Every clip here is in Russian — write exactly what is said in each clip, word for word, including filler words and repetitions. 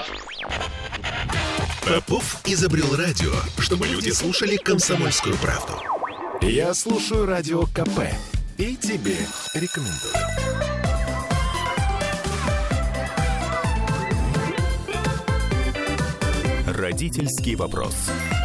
Попов изобрел радио, чтобы люди слушали «Комсомольскую правду». Я слушаю Радио КП и тебе рекомендую. Родительский вопрос.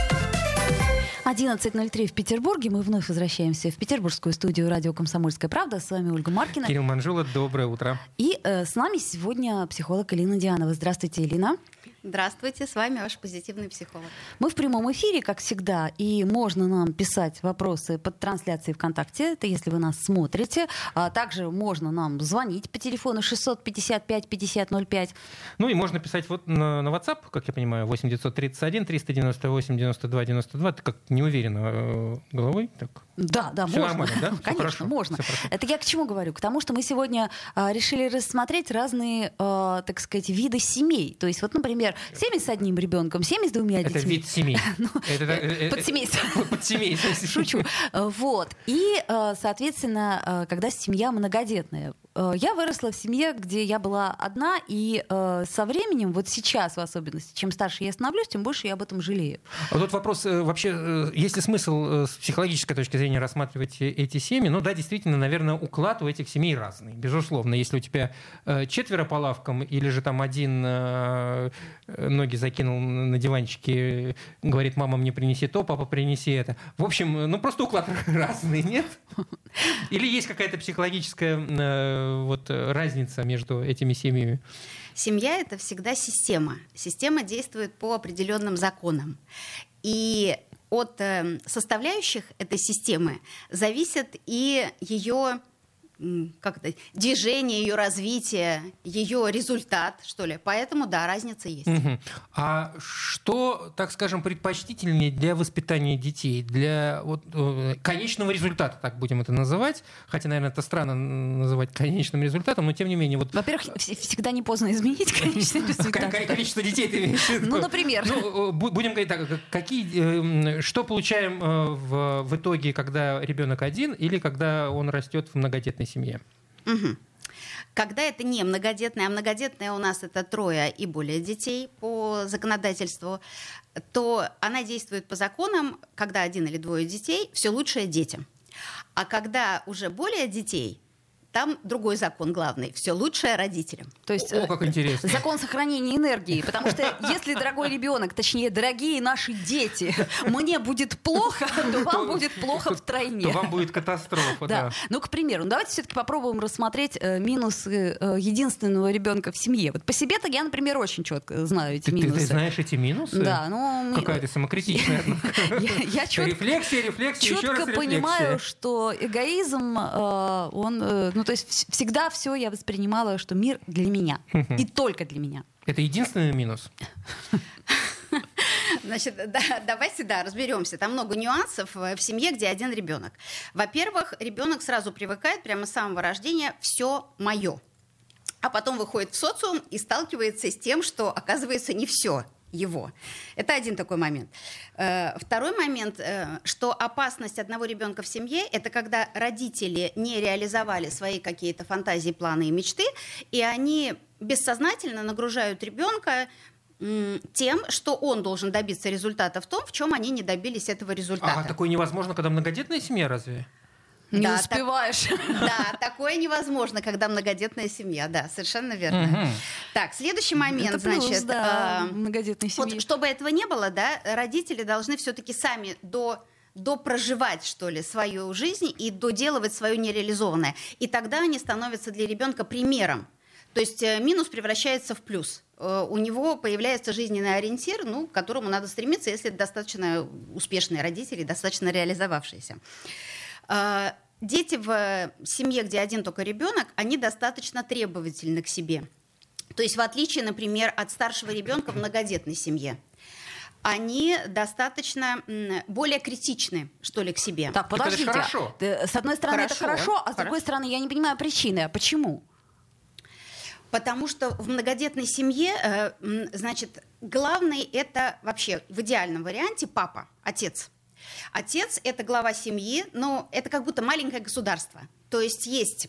одиннадцать ноль три в Петербурге. Мы вновь возвращаемся в петербургскую студию радио «Комсомольская правда». С вами Ольга Маркина. Кирилл Манжула, доброе утро. И э, с нами сегодня психолог Элина Дианова. Здравствуйте, Элина. Здравствуйте, с вами ваш позитивный психолог. Мы в прямом эфире, как всегда, и можно нам писать вопросы под трансляцией ВКонтакте, это если вы нас смотрите. А также можно нам звонить по телефону шестьсот пятьдесят пять пятьдесят ноль пять. Ну и можно писать вот на, на WhatsApp, как я понимаю, восемь девятьсот тридцать один триста девяносто восемь девяносто два девяносто два. Ты как не уверена э, головой? Так. Да, да, Всё можно. нормально, да? Конечно, хорошо, можно. Это я к чему говорю? К тому, что мы сегодня а, решили рассмотреть разные, а, так сказать, виды семей. То есть, вот, например, семьи с одним ребенком, семьи с двумя детьми. Это вид семей. Подсемейство. Подсемейство. Шучу. Вот. И, соответственно, когда семья многодетная. Я выросла в семье, где я была одна, и э, со временем, вот сейчас в особенности, чем старше я становлюсь, тем больше я об этом жалею. А вот вопрос, э, вообще, э, есть ли смысл э, с психологической точки зрения рассматривать эти семьи? Ну да, действительно, наверное, уклад у этих семей разный, безусловно. Если у тебя э, четверо по лавкам, или же там один э, ноги закинул на диванчике, говорит, мама, мне принеси то, папа, принеси это. В общем, ну просто уклад разный, нет? Или есть какая-то психологическая э, вот, разница между этими семьями? Семья — это всегда система. Система действует по определенным законам. И от э, составляющих этой системы зависит и ее как это, движение, ее развитие, ее результат, что ли. Поэтому, да, разница есть. Угу. А что, так скажем, предпочтительнее для воспитания детей? Для вот, конечного результата, так будем это называть. Хотя, наверное, это странно называть конечным результатом, но тем не менее... Вот... Во-первых, всегда не поздно изменить конечный результат. Количество детей ты имеешь в виду? Ну, например. Ну, будем говорить так, какие, что получаем в, в итоге, когда ребенок один или когда он растет в многодетной семье? Угу. Когда это не многодетная, а многодетная у нас это трое и более детей по законодательству, то она действует по законам, когда один или двое детей, все лучшее детям. А когда уже более детей, там другой закон главный. Все лучшее родителям. То есть О, как интересно. Закон сохранения энергии. Потому что если, дорогой ребенок, точнее, дорогие наши дети, мне будет плохо, то вам будет плохо втройне. То вам будет катастрофа, да. да. Ну, к примеру, ну, давайте все-таки попробуем рассмотреть э, минусы э, единственного ребенка в семье. Вот по себе-то я, например, очень четко знаю эти ты, минусы. Ты, ты знаешь эти минусы? Да, ну... Какая ты самокритичная. Я Рефлексия, рефлексия, еще раз четко понимаю, что эгоизм, он... Ну, то есть всегда все я воспринимала, что мир для меня. И только для меня. Это единственный минус? Значит, да, давайте, да, разберемся. Там много нюансов в семье, где один ребенок. Во-первых, ребенок сразу привыкает прямо с самого рождения «все мое». А потом выходит в социум и сталкивается с тем, что, оказывается, не все его. Это один такой момент. Второй момент, что опасность одного ребенка в семье, это когда родители не реализовали свои какие-то фантазии, планы и мечты, и они бессознательно нагружают ребенка тем, что он должен добиться результата в том, в чем они не добились этого результата. А такое невозможно, когда многодетная семья, разве? Не да, успеваешь. Так, да, такое невозможно, когда многодетная семья, да, совершенно верно. Угу. Так, следующий момент, Это плюс, значит, да, э, многодетной семьи. Вот, чтобы этого не было, да, родители должны все-таки сами до допроживать, что ли, свою жизнь и доделывать свое нереализованное. И тогда они становятся для ребенка примером. То есть э, минус превращается в плюс. Э, у него появляется жизненный ориентир, ну, к которому надо стремиться, если это достаточно успешные родители, достаточно реализовавшиеся. Дети в семье, где один только ребенок, они достаточно требовательны к себе. То есть в отличие, например, от старшего ребенка в многодетной семье, они достаточно более критичны, что ли, к себе. Так, подождите. Это хорошо. С одной стороны, хорошо, это хорошо, а с хорошо. другой стороны, я не понимаю причины. А почему? Потому что в многодетной семье, значит, главный это вообще в идеальном варианте папа, отец. Отец – это глава семьи, но это как будто маленькое государство. То есть есть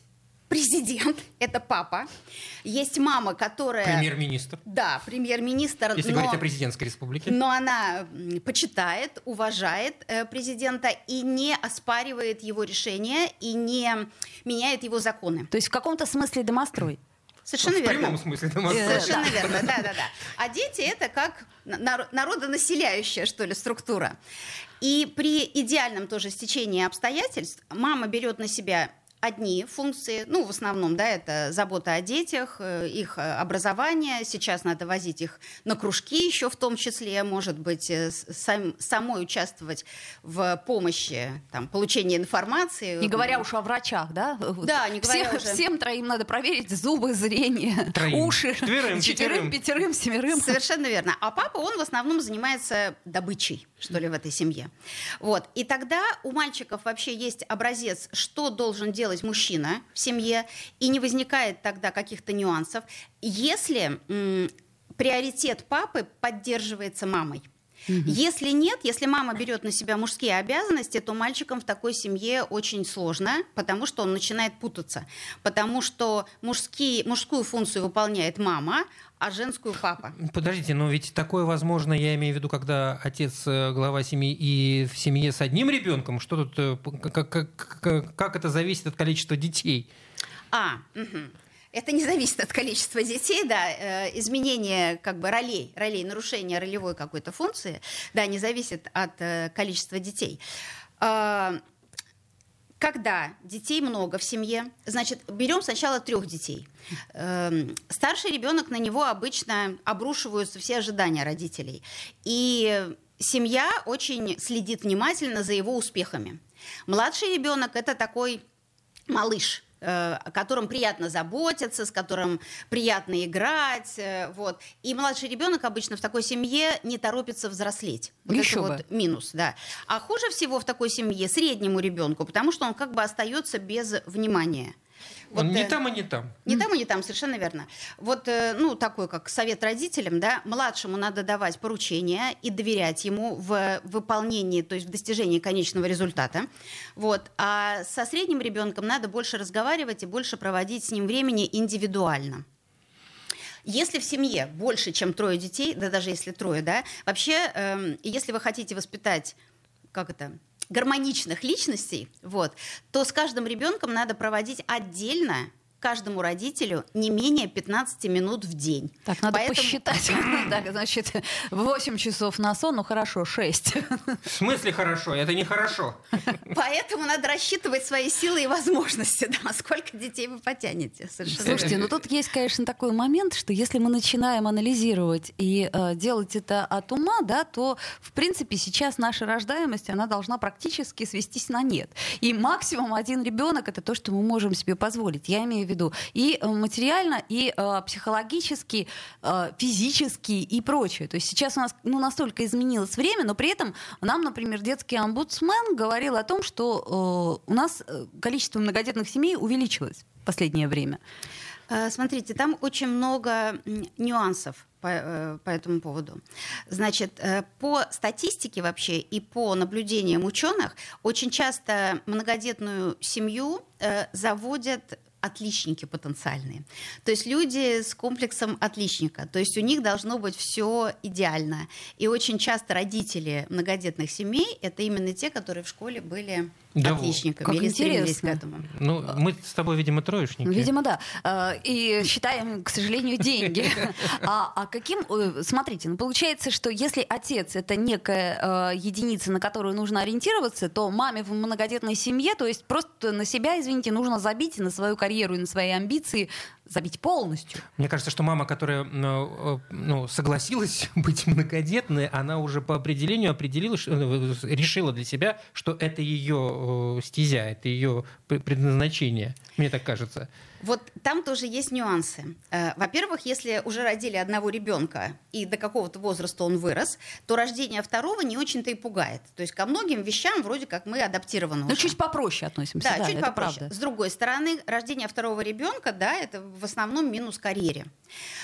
президент, это папа. Есть мама, которая... Премьер-министр. Да, премьер-министр. Если но, говорить о президентской республике. Но она почитает, уважает э, президента и не оспаривает его решения, и не меняет его законы. То есть в каком-то смысле домострой. Совершенно в верно. прямом смысле домострой. Совершенно верно, да-да-да. А дети — это как народонаселяющая, что ли, структура. И при идеальном тоже стечении обстоятельств мама берет на себя одни функции, ну, в основном, да, это забота о детях, их образование. Сейчас надо возить их на кружки еще в том числе, может быть, сам, самой участвовать в помощи, там, получении информации. Не говоря уж о врачах, да? Да, не говоря всем, уже. Всем троим надо проверить зубы, зрение, Троим. уши. Четверым, Четверым, пятерым, семерым. Совершенно верно. А папа, он в основном занимается добычей, что ли, в этой семье. Вот. И тогда у мальчиков вообще есть образец, что должен делать мужчина в семье, и не возникает тогда каких-то нюансов, если м, приоритет папы поддерживается мамой. Mm-hmm. Если нет, если мама берет на себя мужские обязанности, то мальчикам в такой семье очень сложно, потому что он начинает путаться. Потому что мужские, мужскую функцию выполняет мама, а женскую папа. Подождите, но ведь такое возможно, я имею в виду, когда отец глава семьи и в семье с одним ребенком, что тут, как, как, как, как это зависит от количества детей? А, угу. Это не зависит от количества детей, да, э, изменение как бы ролей, ролей, нарушение ролевой какой-то функции, да, не зависит от э, количества детей. Э, Когда детей много в семье, значит, берем сначала трех детей. Эм, старший ребенок, на него обычно обрушиваются все ожидания родителей. И семья очень следит внимательно за его успехами. Младший ребенок — это такой малыш, о котором приятно заботиться, с которым приятно играть. Вот. И младший ребенок обычно в такой семье не торопится взрослеть. Вот Еще это бы. Вот минус, да. А хуже всего в такой семье среднему ребенку, потому что он как бы остается без внимания. Он Вот, не э, там и не там. Не там и не там, совершенно верно. Вот, э, ну, такой, как совет родителям, да, младшему надо давать поручения и доверять ему в выполнении, то есть в достижении конечного результата. Вот. А со средним ребенком надо больше разговаривать и больше проводить с ним времени индивидуально. Если в семье больше, чем трое детей, да даже если трое, да, вообще, э, если вы хотите воспитать, как это, гармоничных личностей, вот, то с каждым ребенком надо проводить отдельно каждому родителю не менее пятнадцать минут в день. Так, надо Поэтому... посчитать. Так, значит, восемь часов на сон, ну хорошо, шесть. В смысле хорошо? Это не хорошо. Поэтому надо рассчитывать свои силы и возможности, да, сколько детей вы потянете. Совершенно. Слушайте, ну тут есть, конечно, такой момент, что если мы начинаем анализировать и э, делать это от ума, да, то, в принципе, сейчас наша рождаемость, она должна практически свестись на нет. И максимум один ребенок — это то, что мы можем себе позволить. Я имею в виду и материально, и э, психологически, э, физически и прочее. То есть сейчас у нас ну, настолько изменилось время, но при этом нам, например, детский омбудсмен говорил о том, что э, у нас количество многодетных семей увеличилось в последнее время. Смотрите, там очень много нюансов по, по этому поводу. Значит, по статистике вообще и по наблюдениям ученых, очень часто многодетную семью заводят отличники потенциальные. То есть люди с комплексом отличника. То есть у них должно быть все идеально. И очень часто родители многодетных семей — это именно те, которые в школе были да, отличниками. Как или интересно. стремились к этому. Ну, мы с тобой, видимо, троечники. Видимо, да. И считаем, к сожалению, деньги. А, а каким... Смотрите, ну, получается, что если отец — это некая единица, на которую нужно ориентироваться, то маме в многодетной семье, то есть просто на себя, извините, нужно забить и на свою карьеру, и на свои амбиции забить полностью. Мне кажется, что мама, которая ну, согласилась быть многодетной, она уже по определению определила, решила для себя, что это ее стезя, это ее предназначение. Мне так кажется. Вот там тоже есть нюансы. Во-первых, если уже родили одного ребенка и до какого-то возраста он вырос, то рождение второго не очень-то и пугает. То есть ко многим вещам вроде как мы адаптированы. Ну, уже. чуть попроще относимся. Да, да, чуть это попроще. правда. С другой стороны, рождение второго ребенка, да, это в основном минус карьере.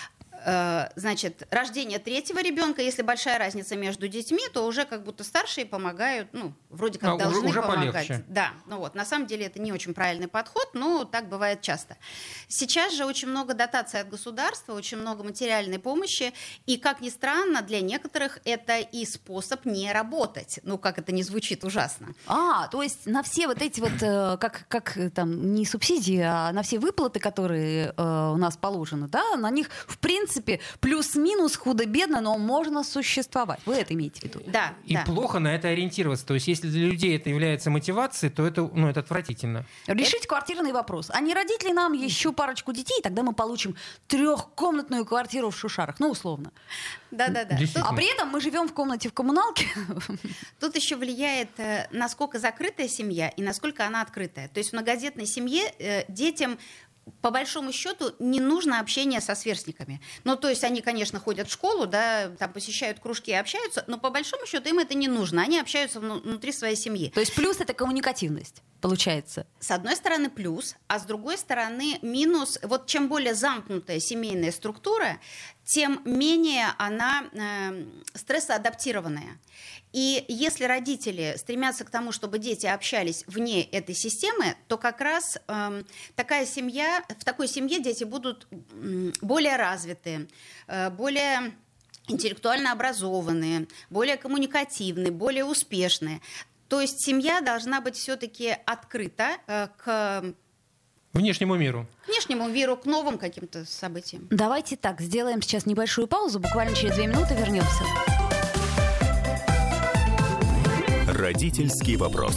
Значит, рождение третьего ребенка, если большая разница между детьми, то уже как будто старшие помогают, ну, вроде как а, должны уже, уже помогать. Полегче. Да, ну вот, на самом деле это не очень правильный подход, но так бывает часто. Сейчас же очень много дотаций от государства, очень много материальной помощи, и, как ни странно, для некоторых это и способ не работать. Ну, как это не звучит ужасно. А, то есть на все вот эти вот, э, как, как там, не субсидии, а на все выплаты, которые э, у нас положены, да, на них, в принципе, плюс-минус худо-бедно, но можно существовать. Вы это имеете в виду? Да. И да. плохо на это ориентироваться. То есть если для людей это является мотивацией, то это, ну, это отвратительно. Решить это... квартирный вопрос. А не родить ли нам еще парочку детей, тогда мы получим трехкомнатную квартиру в Шушарах, ну, условно. Да-да-да. А при этом мы живем в комнате в коммуналке. Тут еще влияет, насколько закрытая семья и насколько она открытая. То есть в многодетной семье э, детям по большому счету не нужно общение со сверстниками. Ну, то есть они, конечно, ходят в школу, да, там посещают кружки и общаются, но по большому счету им это не нужно. Они общаются внутри своей семьи. То есть плюс — это коммуникативность, получается. С одной стороны плюс, а с другой стороны минус. Вот чем более замкнутая семейная структура, тем менее она э, стрессоадаптированная. И если родители стремятся к тому, чтобы дети общались вне этой системы, то как раз э, такая семья, в такой семье дети будут э, более развитые, э, более интеллектуально образованные, более коммуникативные, более успешные. То есть семья должна быть все-таки открыта э, к внешнему миру. К внешнему миру, к новым каким-то событиям. Давайте так, сделаем сейчас небольшую паузу, буквально через две минуты вернемся. Родительский вопрос.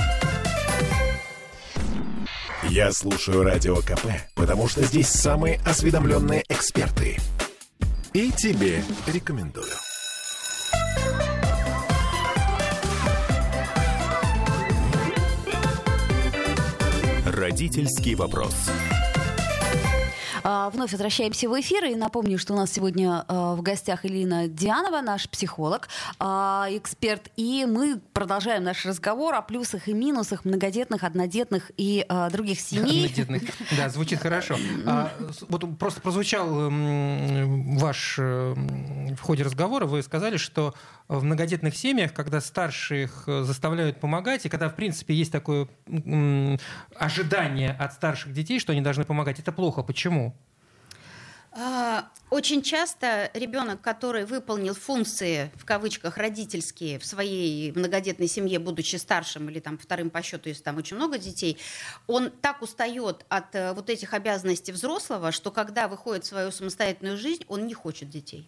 Я слушаю Радио КП, потому что здесь самые осведомленные эксперты. И тебе рекомендую. Родительский вопрос. Вновь возвращаемся в эфир. И напомню, что у нас сегодня в гостях Элина Дианова, наш психолог, эксперт. И мы продолжаем наш разговор о плюсах и минусах многодетных, однодетных и других семей. Однодетных. Да, звучит хорошо. А, вот просто прозвучал ваш в ходе разговора, вы сказали, что в многодетных семьях, когда старших заставляют помогать, и когда, в принципе, есть такое ожидание от старших детей, что они должны помогать, это плохо. Почему? Очень часто ребенок, который выполнил функции, в кавычках, родительские в своей многодетной семье, будучи старшим или там, вторым по счету, если там очень много детей, он так устает от вот этих обязанностей взрослого, что когда выходит в свою самостоятельную жизнь, он не хочет детей.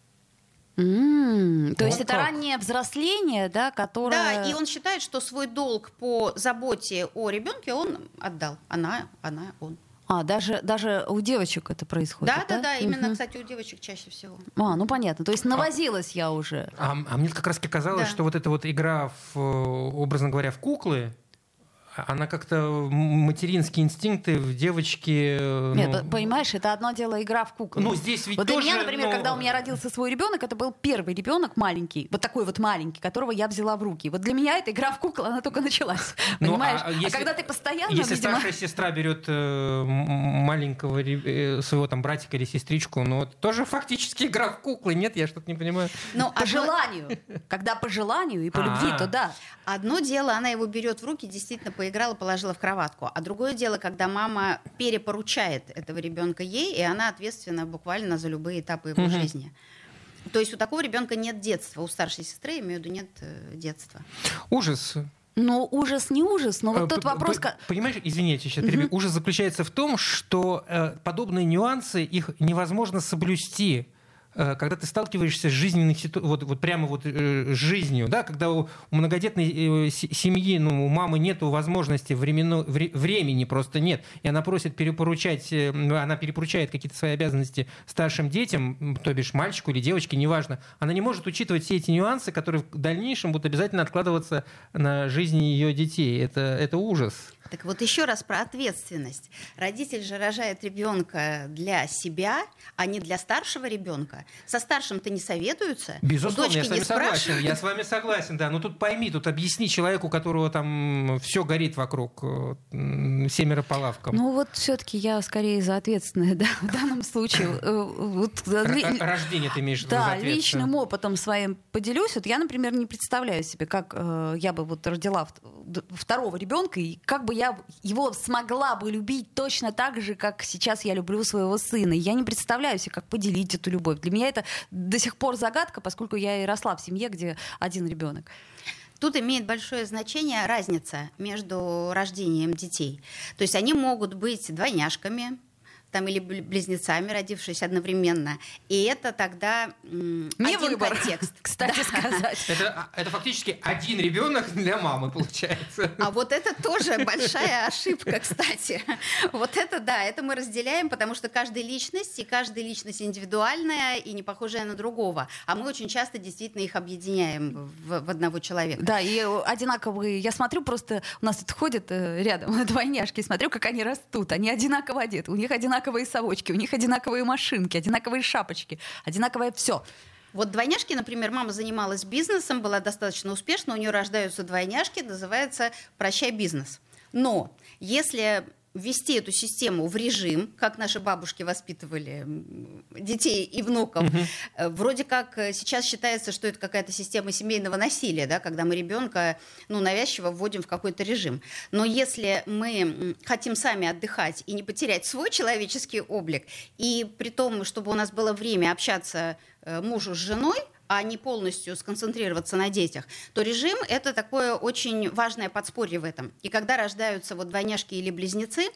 Mm, то вот есть это как? раннее взросление, да, которое... Да, и он считает, что свой долг по заботе о ребенке он отдал. Она, она, он. А, даже, даже у девочек это происходит, да? Да, да, да, именно, угу. кстати, у девочек чаще всего. А, ну понятно, то есть навозилась а, я уже. А, а мне как раз казалось, да. что вот эта вот игра, в, образно говоря, в куклы, она как-то материнские инстинкты в девочке... Нет, ну... понимаешь, это одно дело игра в куклы. Ну, здесь ведь вот тоже... для меня, например, ну... когда у меня родился свой ребенок, это был первый ребенок маленький, вот такой вот маленький, которого я взяла в руки. Вот для меня эта игра в куклы, она только началась. Ну, понимаешь? А, если, а когда ты постоянно, Если видимо... старшая сестра берет э, маленького э, своего там братика или сестричку, ну, это тоже фактически игра в куклы. Нет, я что-то не понимаю. Но по желанию. Когда по желанию и по любви, то да. Одно дело, она его берет в руки, действительно поиграла, положила в кроватку. А другое дело, когда мама перепоручает этого ребенка ей, и она ответственна буквально за любые этапы его Угу. жизни. То есть у такого ребенка нет детства. У старшей сестры, я имею в виду, нет э, детства. Ужас. Ну, ужас не ужас, но вот А, тот п- вопрос... п- Понимаешь, извините, сейчас перебью. Ужас заключается в том, что э, подобные нюансы, их невозможно соблюсти, э, когда ты сталкиваешься с жизненной ситуацией, вот, вот прямо вот э, с жизнью, да, когда у, у многодетной э, семьи, ну, у мамы нету возможности, временно, вре, времени просто нет, и она просит перепоручать, э, она перепоручает какие-то свои обязанности старшим детям, то бишь мальчику или девочке, неважно, она не может учитывать все эти нюансы, которые в дальнейшем будут обязательно откладываться на жизни ее детей. Это, это ужас. Так вот еще раз про ответственность. Родитель же рожает ребенка для себя, а не для старшего ребенка. Со старшим-то не советуются. Безусловно, у я с вами не согласен. Я с вами согласен, да. Но тут пойми, тут объясни человеку, у которого там все горит вокруг, семеро по лавкам. Ну вот все-таки я скорее за ответственное, да, в данном случае. Вот, рождение ты имеешь в виду? Да, личным опытом своим поделюсь. Вот я, например, не представляю себе, как э, я бы вот родила второго ребенка, и как бы я его смогла бы любить точно так же, как сейчас я люблю своего сына. И я не представляю себе, как поделить эту любовь. Для меня это до сих пор загадка, поскольку я и росла в семье, где один ребенок. Тут имеет большое значение разница между рождением детей. То есть они могут быть двойняшками, там, или близнецами, родившись одновременно. И это тогда м, Не один выбор, контекст. Кстати да. сказать. Это, это фактически один ребенок для мамы, получается. А вот это тоже большая ошибка, кстати. Вот это да, это мы разделяем, потому что каждая личность, и каждая личность индивидуальная и не похожая на другого. А мы очень часто действительно их объединяем в, в одного человека. Да, и одинаковые. Я смотрю, просто у нас тут ходят рядом двойняшки, смотрю, как они растут. Они одинаково одеты, у них одинаковые совочки, у них одинаковые машинки, одинаковые шапочки, одинаковое все. Вот двойняшки, например, мама занималась бизнесом, была достаточно успешна, у нее рождаются двойняшки, называется «прощай бизнес». Но если ввести эту систему в режим, как наши бабушки воспитывали детей и внуков, угу. вроде как сейчас считается, что это какая-то система семейного насилия, да, когда мы ребенка ну, навязчиво вводим в какой-то режим. Но если мы хотим сами отдыхать и не потерять свой человеческий облик, и при том, чтобы у нас было время общаться мужу с женой, а не полностью сконцентрироваться на детях, то режим — это такое очень важное подспорье в этом. И когда рождаются вот двойняшки или близнецы,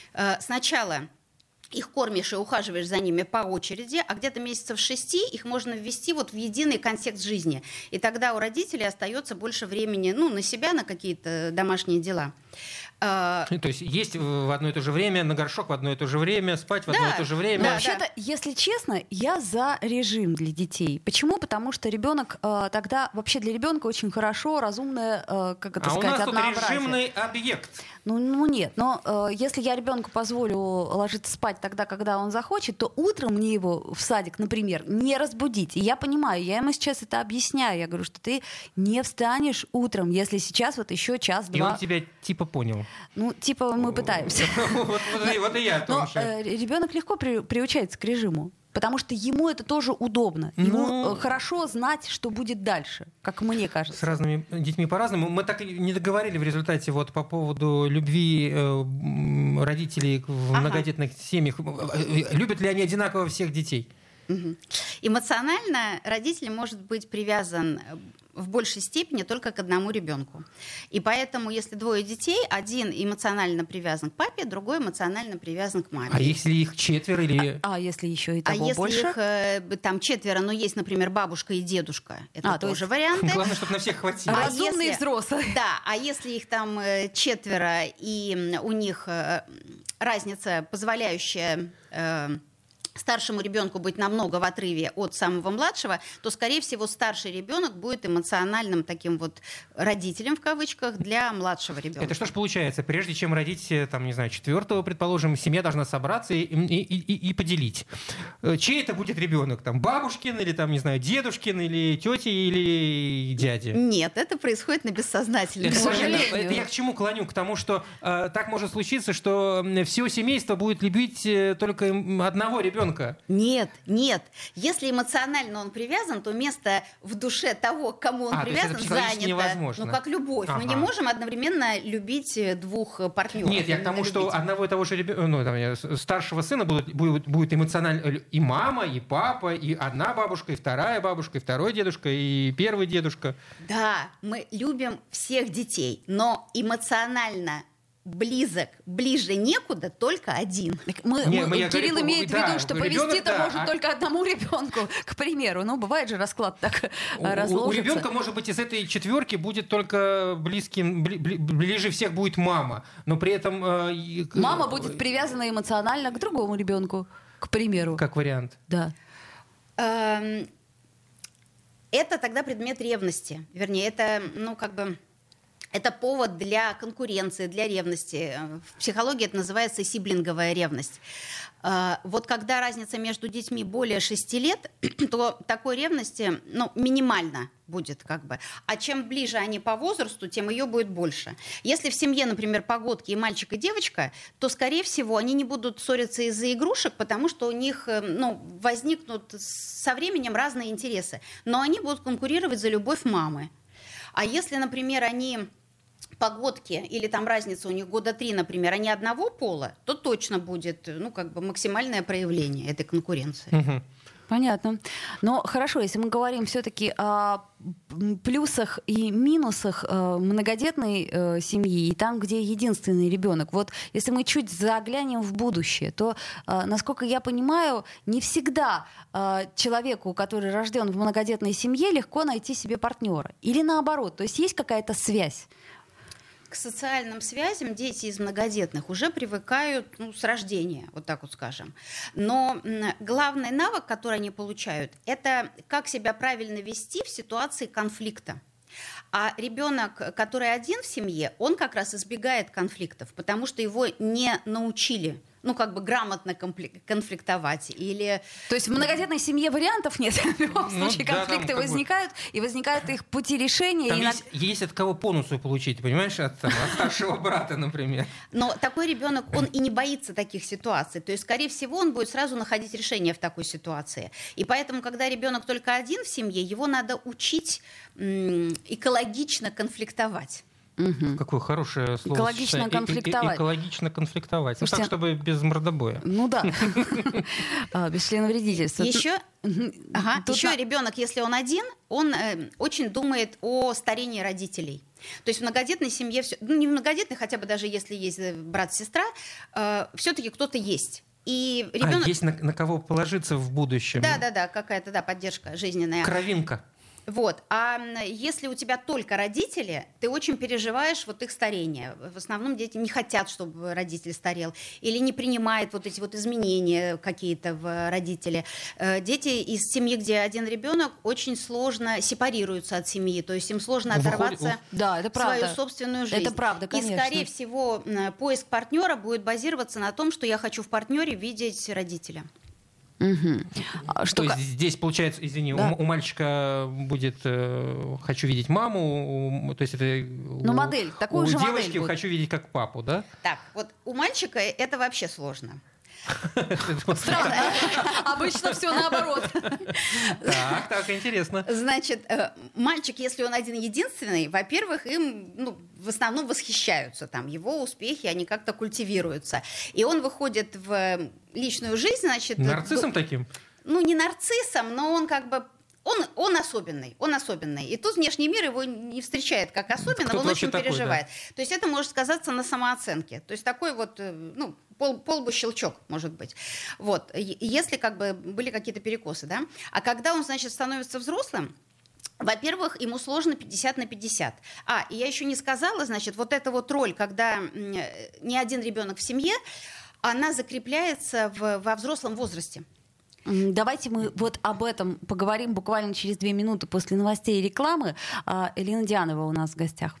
сначала их кормишь и ухаживаешь за ними по очереди, а где-то месяцев шести их можно ввести вот в единый контекст жизни. И тогда у родителей остается больше времени ну, на себя, на какие-то домашние дела. То есть есть в одно и то же время, на горшок в одно и то же время, спать в одно да, и то же время. Да, да, вообще-то, да. если честно, я за режим для детей. Почему? Потому что ребенок э, тогда вообще для ребенка очень хорошо, разумное, э, как это а сказать, у нас тут однообразие. режимный объект. Ну, ну нет, но э, если я ребенку позволю ложиться спать тогда, когда он захочет, то утром мне его в садик, например, не разбудить. И я понимаю, я ему сейчас это объясняю. Я говорю, что ты не встанешь утром, если сейчас вот еще час-два. И он тебя типа понял. Ну, типа мы пытаемся. Вот и я о том Но же. ребенок легко приучается к режиму. Потому что ему это тоже удобно. Ему Ну, хорошо знать, что будет дальше, как мне кажется. С разными детьми по-разному. Мы так и не договорили в результате вот по поводу любви э, родителей в Ага. многодетных семьях. Любят ли они одинаково всех детей? Угу. Эмоционально родитель может быть привязан в большей степени только к одному ребенку. И поэтому, если двое детей, один эмоционально привязан к папе, другой эмоционально привязан к маме. А если их четверо или... А, а если еще и А того если больше? их э, там четверо, но есть, например, бабушка и дедушка, это А, то тоже есть- варианты. Главное, чтобы на всех хватило. А Разумные если- взрослые. Да, а если их там э, четверо, и м, у них э, разница, позволяющая э, старшему ребенку быть намного в отрыве от самого младшего, то, скорее всего, старший ребенок будет эмоциональным таким вот родителем, в кавычках, для младшего ребенка. Это что ж получается? Прежде чем родить, э, там, не знаю, четвертого, предположим, семья должна собраться и, и, и- и поделить. Э, Чей это будет ребенок? Там, бабушкин или, там, не знаю, дедушкин или тети или дяди? Нет, это происходит на бессознательном Это, К уровне. сожалению. это я к чему клоню? К тому, что э, так может случиться, что м, все семейство будет любить э, только м, одного ребенка. Нет, нет. Если эмоционально он привязан, то место в душе того, к кому он А, то есть это привязан, психологически занято. невозможно. Ну, как любовь. Мы Ага. не можем одновременно любить двух партнеров. Нет, я к тому, что одного и того же ребенка, ну, там, я- старшего сына будут, будет, будет эмоционально и мама, и папа, и одна бабушка, и вторая бабушка, и второй дедушка, и первый дедушка. Да, мы любим всех детей, но эмоционально близок, ближе некуда только один. Так Мы, Не, мы- мы- я Кирилл говорю, имеет в да, виду, что ребенок, повести-то да, может а- только одному ребенку, к примеру. Ну, бывает же расклад так У, у- разложится. у ребенка, может быть, из этой четверки будет только близким, бли- бли- ближе всех будет мама, но при этом... э, и- Мама будет привязана эмоционально к другому ребенку, к примеру. Как вариант. Да. Эм, Это тогда предмет ревности. Вернее, это, ну, как бы... Это повод для конкуренции, для ревности. В психологии это называется сиблинговая ревность. Вот когда разница между детьми более шести лет, то такой ревности, ну, минимально будет как бы. А чем ближе они по возрасту, тем ее будет больше. Если в семье, например, погодки и мальчик, и девочка, то, скорее всего, они не будут ссориться из-за игрушек, потому что у них, ну, возникнут со временем разные интересы. Но они будут конкурировать за любовь мамы. А если, например, они погодки или там разница у них года три, например, они одного пола, то точно будет, ну, как бы максимальное проявление этой конкуренции. Угу. Понятно. Но хорошо, если мы говорим все-таки о плюсах и минусах э, многодетной э, семьи и там, где единственный ребенок. Вот если мы чуть заглянем в будущее, то, э, насколько я понимаю, не всегда э, человеку, который рожден в многодетной семье, легко найти себе партнера. Или наоборот, то есть есть какая-то связь? К социальным связям дети из многодетных уже привыкают, ну, с рождения, вот так вот скажем. Но главный навык, который они получают, это как себя правильно вести в ситуации конфликта. А ребенок, который один в семье, он как раз избегает конфликтов, потому что его не научили, ну, как бы грамотно конфликтовать. Или... То есть в многодетной семье вариантов нет. В любом Ну, случае да, конфликты там как бы- возникают, и возникают их пути решения. Там и есть, есть от кого бонусы получить, понимаешь, от, там, от старшего брата, например. Но такой ребенок, он и не боится таких ситуаций. То есть, скорее всего, он будет сразу находить решение в такой ситуации. И поэтому, когда ребенок только один в семье, его надо учить м, экологично конфликтовать. Мгм. Какое хорошее слово. Экологично И- и- и- конфликтовать. Экологично конфликтовать. Ну, Слушайте, так, чтобы без мордобоя. Ну да. А, без члена вредительства. Еще, ага, Тут еще на- ребенок, если он один, он э, очень думает о старении родителей. То есть в многодетной семье, всё- ну не в многодетной, хотя бы даже если есть э, брат-сестра, э, все-таки кто-то есть. И ребенок... А, есть на, на кого положиться в будущем. Да, да, да, какая-то да, поддержка жизненная. Кровинка. Вот. А м, если у тебя только родители, ты очень переживаешь вот их старение. В основном дети не хотят, чтобы родитель старел, или не принимают вот эти вот изменения какие-то в родителе. Э, Дети из семьи, где один ребенок, очень сложно сепарируются от семьи, то есть им сложно Выходит- оторваться Да, это в свою правда. собственную жизнь. Это правда, И, конечно. скорее всего, м, поиск партнера будет базироваться на том, что я хочу в партнере видеть родителя. Мгм. А Что То есть ка- здесь, получается, извини, Да. у, у мальчика будет э, «хочу видеть маму», у- то есть это Ну, у- модель, такую у же модель девочки будет. «хочу видеть как папу», да? Так, вот у мальчика это вообще сложно. Странно. Обычно все наоборот. Так, так, интересно. Значит, э, мальчик, если он один единственный, во-первых, им, ну, в основном восхищаются, там, его успехи, они как-то культивируются. И он выходит в личную жизнь, значит... Нарциссом ду- таким? Ну, не нарциссом, но он как бы... Он, он особенный, он особенный. И тут внешний мир его не встречает как особенного, Кто он ты очень вообще такой, переживает. То есть это может сказаться на самооценке. То есть такой вот, э, ну, пол, полбу щелчок, может быть. Вот. Е- Если как бы были какие-то перекосы, да. А когда он, значит, становится взрослым, во-первых, ему сложно пятьдесят на пятьдесят. А, и я еще не сказала, значит, вот эта вот роль, когда м, э, не один ребенок в семье, она закрепляется в, во взрослом возрасте. М, Давайте мы вот об этом поговорим буквально через две минуты после новостей и рекламы. А, Элина Дианова у нас в гостях.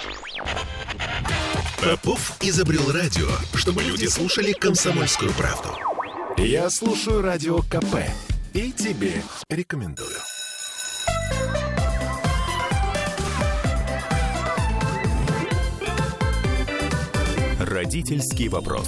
Попов изобрел радио, чтобы люди слушали комсомольскую правду. Я слушаю радио КП и тебе рекомендую. Родительский вопрос.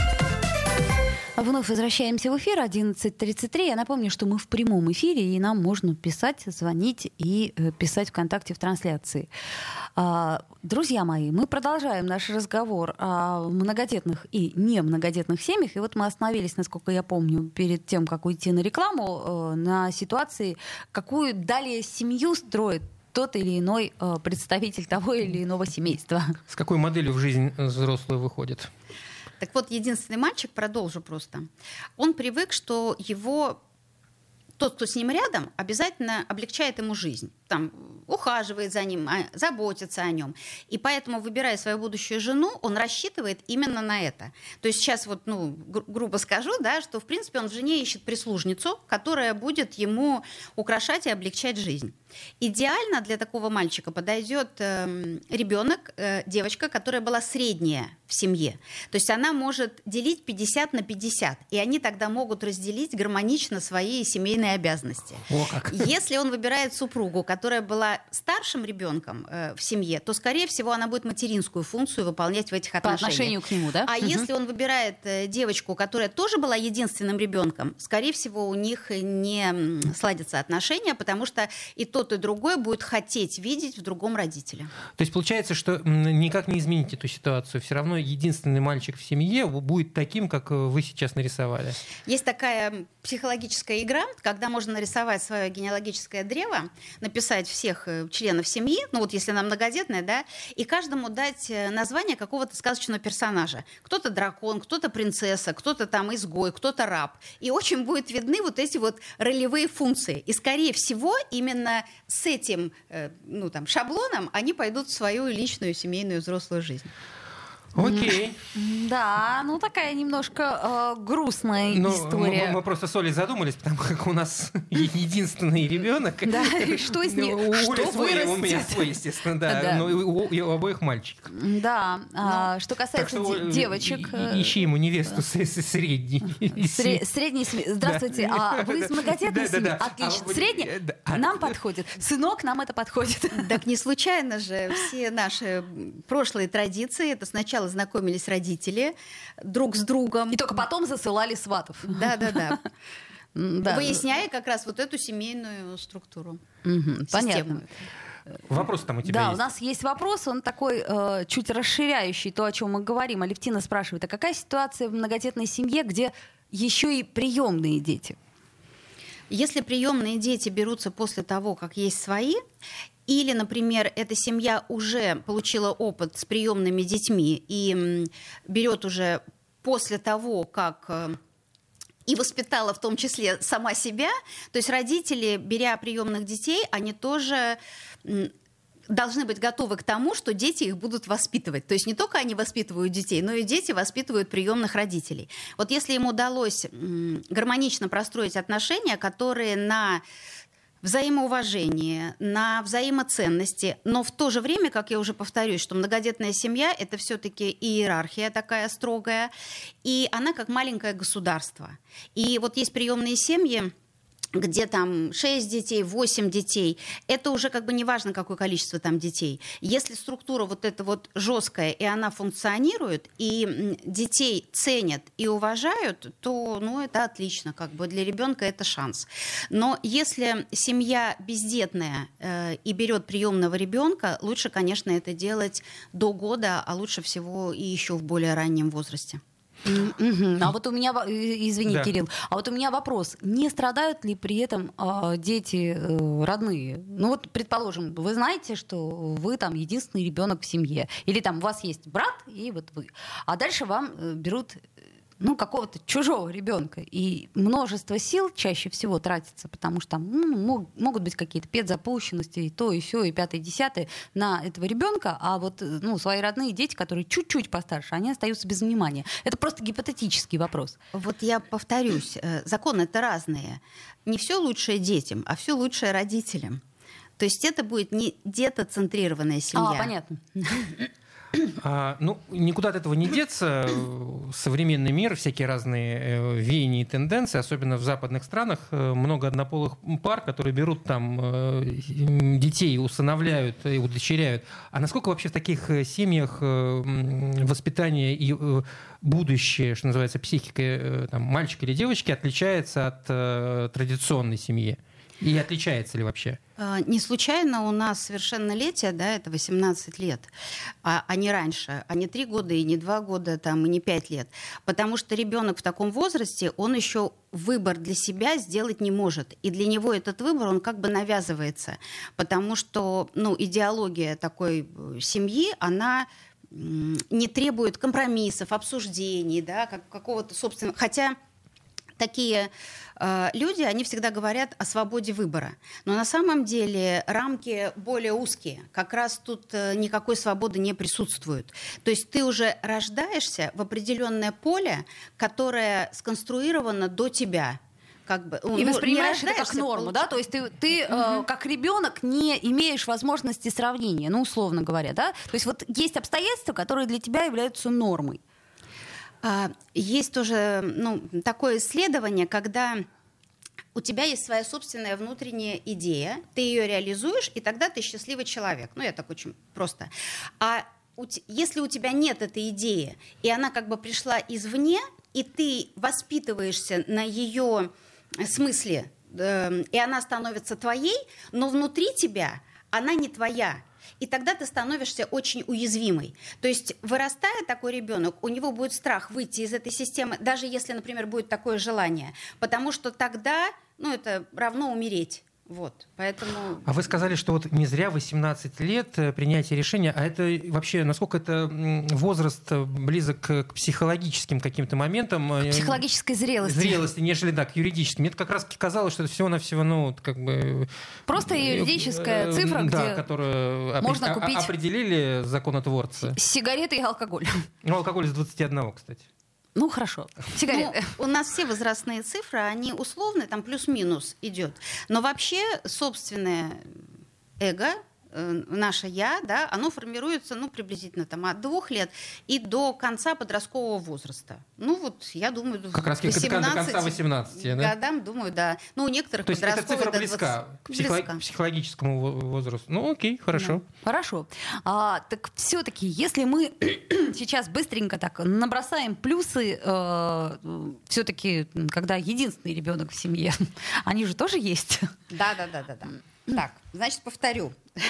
Вновь возвращаемся в эфир одиннадцать тридцать три. Я напомню, что мы в прямом эфире, и нам можно писать, звонить и э, писать ВКонтакте в трансляции. А, друзья мои, мы продолжаем наш разговор о многодетных и не многодетных семьях. И вот мы остановились, насколько я помню, перед тем, как уйти на рекламу, э, на ситуации, какую далее семью строит тот или иной э, представитель того или иного семейства. С какой моделью в жизнь взрослый выходит? Так вот, единственный мальчик, продолжу просто, он привык, что его, тот, кто с ним рядом, обязательно облегчает ему жизнь. Там, ухаживает за ним, заботится о нем. И поэтому, выбирая свою будущую жену, он рассчитывает именно на это. То есть сейчас вот, ну, гру- грубо скажу, да, что, в принципе, он в жене ищет прислужницу, которая будет ему украшать и облегчать жизнь. Идеально для такого мальчика подойдет э, ребенок, э, девочка, которая была средняя в семье. То есть она может делить пятьдесят на пятьдесят, и они тогда могут разделить гармонично свои семейные обязанности. О, как. Если он выбирает супругу, которая была старшим ребенком э, в семье, то, скорее всего, она будет материнскую функцию выполнять в этих По отношениях. отношению к нему, да? А Мгм. если он выбирает э, девочку, которая тоже была единственным ребенком, скорее всего, у них не м, сладятся отношения, потому что и тот, и другой будет хотеть видеть в другом родителе. То есть получается, что м, никак не изменить эту ситуацию. Все равно единственный мальчик в семье будет таким, как вы сейчас нарисовали. Есть такая психологическая игра, когда можно нарисовать свое генеалогическое древо, написать всех э, членов семьи, ну вот если она многодетная, да, и каждому дать э, название какого-то сказочного персонажа. Кто-то дракон, кто-то принцесса, кто-то там изгой, кто-то раб. И очень будут видны вот эти вот ролевые функции. И, скорее всего, именно с этим э, ну, там, шаблоном они пойдут в свою личную, семейную, взрослую жизнь. Окей. Да, ну такая немножко э, грустная Ну, история. мы, мы просто с Олей задумались, потому как у нас единственный ребенок. Да, и что с ним? У Что Оли свой, у меня вырастет? свой, естественно, да. Да. Но и у, и у обоих мальчиков. Да, а, что Так касается что де- э, девочек... и- э, и- ищи ему невесту с- с- средней. Сре- Средний сме- Здравствуйте, а вы из многодетной Да, да, семьи? да. Отлично. А вы- Средний э, да. А- нам подходит. Сынок, нам это подходит. Так не случайно же все наши прошлые традиции, это сначала знакомились родители друг с другом. И только потом засылали сватов. Да-да-да. М, да. Выясняя как раз вот эту семейную структуру. Мгм, систему. понятно. Вопрос там у тебя Да, есть. у нас есть вопрос, он такой э, чуть расширяющий то, о чем мы говорим. Алевтина спрашивает, а какая ситуация в многодетной семье, где еще и приемные дети? Если приемные дети берутся после того, как есть свои, или, например, эта семья уже получила опыт с приемными детьми и м, берет уже после того, как э, и воспитала в том числе сама себя, то есть родители, беря приемных детей, они тоже м, должны быть готовы к тому, что дети их будут воспитывать. То есть не только они воспитывают детей, но и дети воспитывают приемных родителей. Вот если им удалось м, гармонично простроить отношения, которые на взаимоуважение, на взаимоценности, но в то же время, как я уже повторюсь, что многодетная семья — это все-таки иерархия такая строгая, и она как маленькое государство. И вот есть приемные семьи, где там шесть детей, восемь детей, это уже как бы не важно, какое количество там детей. Если структура вот эта вот жесткая, и она функционирует, и детей ценят и уважают, то, ну, это отлично, как бы для ребенка это шанс. Но если семья бездетная э, и берет приемного ребенка, лучше, конечно, это делать до года, а лучше всего и еще в более раннем возрасте. Мгм. А вот у меня, во- э, извини, Да. Кирилл, а вот у меня вопрос: не страдают ли при этом а, дети э, родные? Ну вот, предположим, вы знаете, что вы там единственный ребенок в семье, или там у вас есть брат и вот вы, а дальше вам э, берут э, ну, какого-то чужого ребенка. И множество сил чаще всего тратится, потому что там ну, мог- могут быть какие-то педзапущенности, и то, и сё, и пятое, и десятое на этого ребенка, а вот э, ну, свои родные дети, которые чуть-чуть постарше, они остаются без внимания. Это просто гипотетический вопрос. Вот я повторюсь, э, законы-то разные. Не все лучшее детям, а все лучшее родителям. То есть это будет не детоцентрированная семья. А, понятно. А, ну, никуда от этого не деться. Современный мир, всякие разные э, веяния и тенденции, особенно в западных странах, э, много однополых пар, которые берут там э, детей, усыновляют и удочеряют. А насколько вообще в таких э, семьях э, м, воспитание и э, будущее, что называется, психика э, там, мальчика или девочки отличается от э, традиционной семьи? И отличается ли вообще? А, Не случайно у нас совершеннолетие, да, это восемнадцать лет, а, а не раньше, а не три года и не два года, там, и не пять лет. Потому что ребенок в таком возрасте, он еще выбор для себя сделать не может. И для него этот выбор, он как бы навязывается. Потому что, ну, идеология такой э, семьи, она м, не требует компромиссов, обсуждений, да, как, какого-то собственного... Хотя такие э, люди, они всегда говорят о свободе выбора. Но на самом деле рамки более узкие. Как раз тут э, никакой свободы не присутствует. То есть ты уже рождаешься в определенное поле, которое сконструировано до тебя. Как бы, и ну, воспринимаешь это как норму, получ... да? То есть ты, ты uh-huh. э, как ребенок не имеешь возможности сравнения, ну, условно говоря, да? То есть вот есть обстоятельства, которые для тебя являются нормой. Есть тоже ну, такое исследование, когда у тебя есть своя собственная внутренняя идея, ты ее реализуешь, и тогда ты счастливый человек. Ну, я так очень просто. А у te... если у тебя нет этой идеи, и она как бы пришла извне, и ты воспитываешься на ее смысле, э, и она становится твоей, но внутри тебя она не твоя. И тогда ты становишься очень уязвимой. То есть, вырастая такой ребенок, у него будет страх выйти из этой системы, даже если, например, будет такое желание, потому что тогда, ну, это равно умереть. Вот, поэтому... А вы сказали, что вот не зря восемнадцать лет принятия решения, а это вообще, насколько это возраст близок к психологическим каким-то моментам? К психологической зрелости. Зрелости, нежели, да, к юридическим. Мне как раз казалось, что это всего-навсего, ну, как бы... Просто юридическая цифра, да, где которую можно опри- купить определили законотворцы. Сигареты и алкоголь. Ну, алкоголь с двадцати одного, кстати. Ну, хорошо. Сигареты. Ну, у нас все возрастные цифры, они условные, там плюс-минус идет. Но вообще собственное эго, э, наше «я», да, оно формируется ну, приблизительно там, от двух лет и до конца подросткового возраста. Ну, вот, я думаю, как раз до конца восемнадцати, да? Годам, думаю, да. Ну, у некоторых то есть эта цифра близка к психо- близка. психологическому возрасту. Ну, окей, хорошо. Да. Хорошо. А, так все-таки, если мы сейчас быстренько так набросаем плюсы, э, все-таки, когда единственный ребенок в семье, они же тоже есть. Да, да, да, да, да. Так, значит, повторю.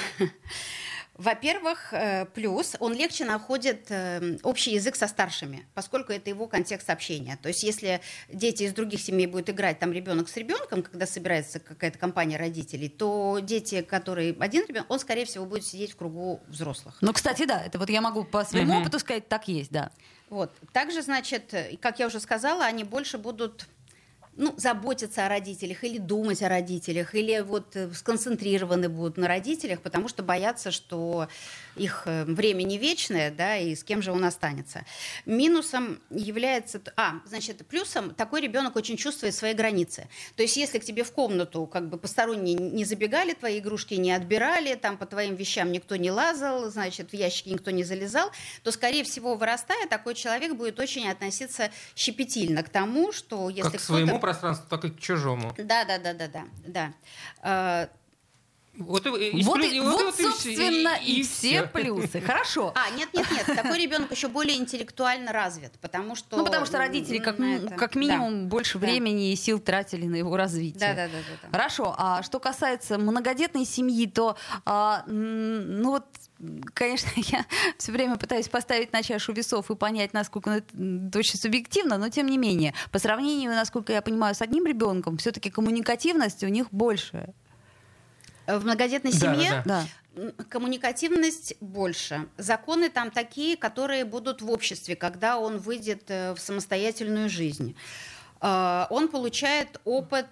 Во-первых, плюс он легче находит общий язык со старшими, поскольку это его контекст общения. То есть если дети из других семей будут играть, там ребенок с ребенком, когда собирается какая-то компания родителей, то дети, которые один ребенок, он, скорее всего, будет сидеть в кругу взрослых. Ну, кстати, да, это вот я могу по своему Угу. опыту сказать, так есть, да. Вот. Также, значит, как я уже сказала, они больше будут... ну, заботиться о родителях или думать о родителях, или вот сконцентрированы будут на родителях, потому что боятся, что их время не вечное, да, и с кем же он останется. Минусом является... А, значит, плюсом такой ребенок очень чувствует свои границы. То есть если к тебе в комнату как бы посторонние не забегали, твои игрушки не отбирали, там по твоим вещам никто не лазал, значит, в ящики никто не залезал, то, скорее всего, вырастая, такой человек будет очень относиться щепетильно к тому, что если как к своему пространству, так и к чужому. Да, да, да, да, да, да. Вот, и, и, вот, и, вот, вот, собственно, и, и, и все, все плюсы. Хорошо. А, нет, нет, нет. Такой ребенок еще более интеллектуально развит, потому что... Ну, потому что родители как, как минимум да. больше да. времени и сил тратили на его развитие. Да, да, да, да, да. Хорошо. А что касается многодетной семьи, то, а, ну вот, конечно, я все время пытаюсь поставить на чашу весов и понять, насколько это очень субъективно, но тем не менее, по сравнению, насколько я понимаю, с одним ребенком, все-таки коммуникативность у них больше. В многодетной семье да, да. коммуникативность больше. Законы там такие, которые будут в обществе, когда он выйдет в самостоятельную жизнь. Он получает опыт,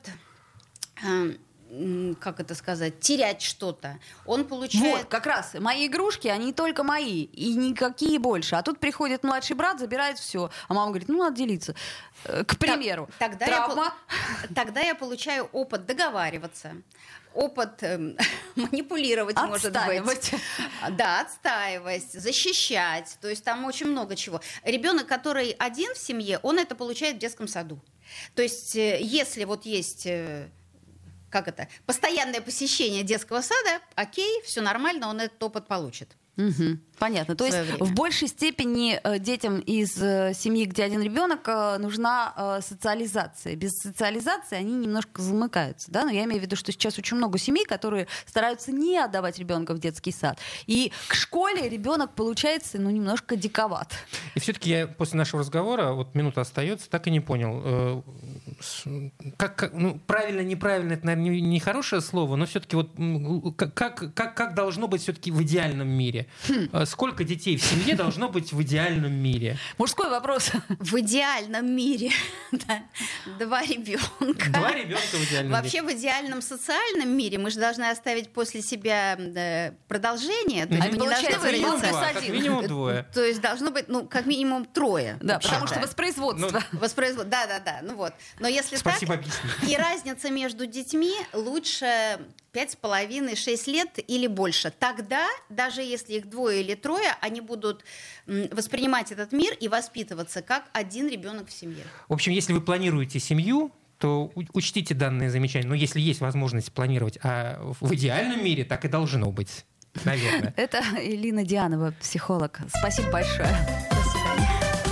как это сказать, терять что-то. Он получает... Вот, как раз. Мои игрушки, они только мои, и никакие больше. А тут приходит младший брат, забирает все. А мама говорит, ну, надо делиться. К примеру. Тогда, Травма. Я, тогда я получаю опыт договариваться, опыт э, манипулировать, отстаивать. может быть. Да, отстаивать, защищать. То есть там очень много чего. Ребенок, который один в семье, он это получает в детском саду. То есть э, если вот есть... Э, как это, постоянное посещение детского сада, окей, все нормально, он этот опыт получит. Угу. Понятно. То есть время. В большей степени э, детям из э, семьи, где один ребенок, э, нужна э, социализация. Без социализации они немножко замыкаются. Да? Но я имею в виду, что сейчас очень много семей, которые стараются не отдавать ребенка в детский сад. И к школе ребенок получается ну, немножко диковат. И все-таки я после нашего разговора, вот минута остается, так и не понял. Э, как, ну, правильно, неправильно, это, наверное, не, не хорошее слово, но все-таки вот как, как, как должно быть все-таки в идеальном мире? мире. Хм. Сколько детей в семье должно быть в идеальном мире? Мужской вопрос. В идеальном мире два ребенка. Два ребенка в идеальном Вообще мире. в идеальном социальном мире мы же должны оставить после себя продолжение. То есть мы не должны выродиться. Как минимум двое. То есть должно быть, ну, как минимум трое. Да, потому что воспроизводство. Воспроизводство. Да, да, да. Ну вот. Но если Спасибо, так, объясни. и разница между детьми лучше пять с половиной, шесть лет или больше. Тогда, даже если их двое или трое, они будут воспринимать этот мир и воспитываться как один ребенок в семье. В общем, если вы планируете семью, то учтите данные замечания. Но если есть возможность планировать, а в идеальном мире так и должно быть, наверное. Это Элина Дианова, психолог. Спасибо большое. До свидания.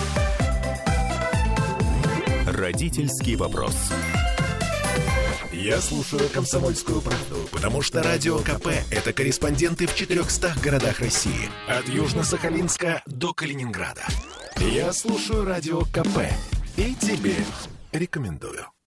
Родительский вопрос. Я слушаю «Комсомольскую правду», потому что Радио КП – это корреспонденты в четырехстах городах России. От Южно-Сахалинска до Калининграда. Я слушаю Радио КП и тебе рекомендую.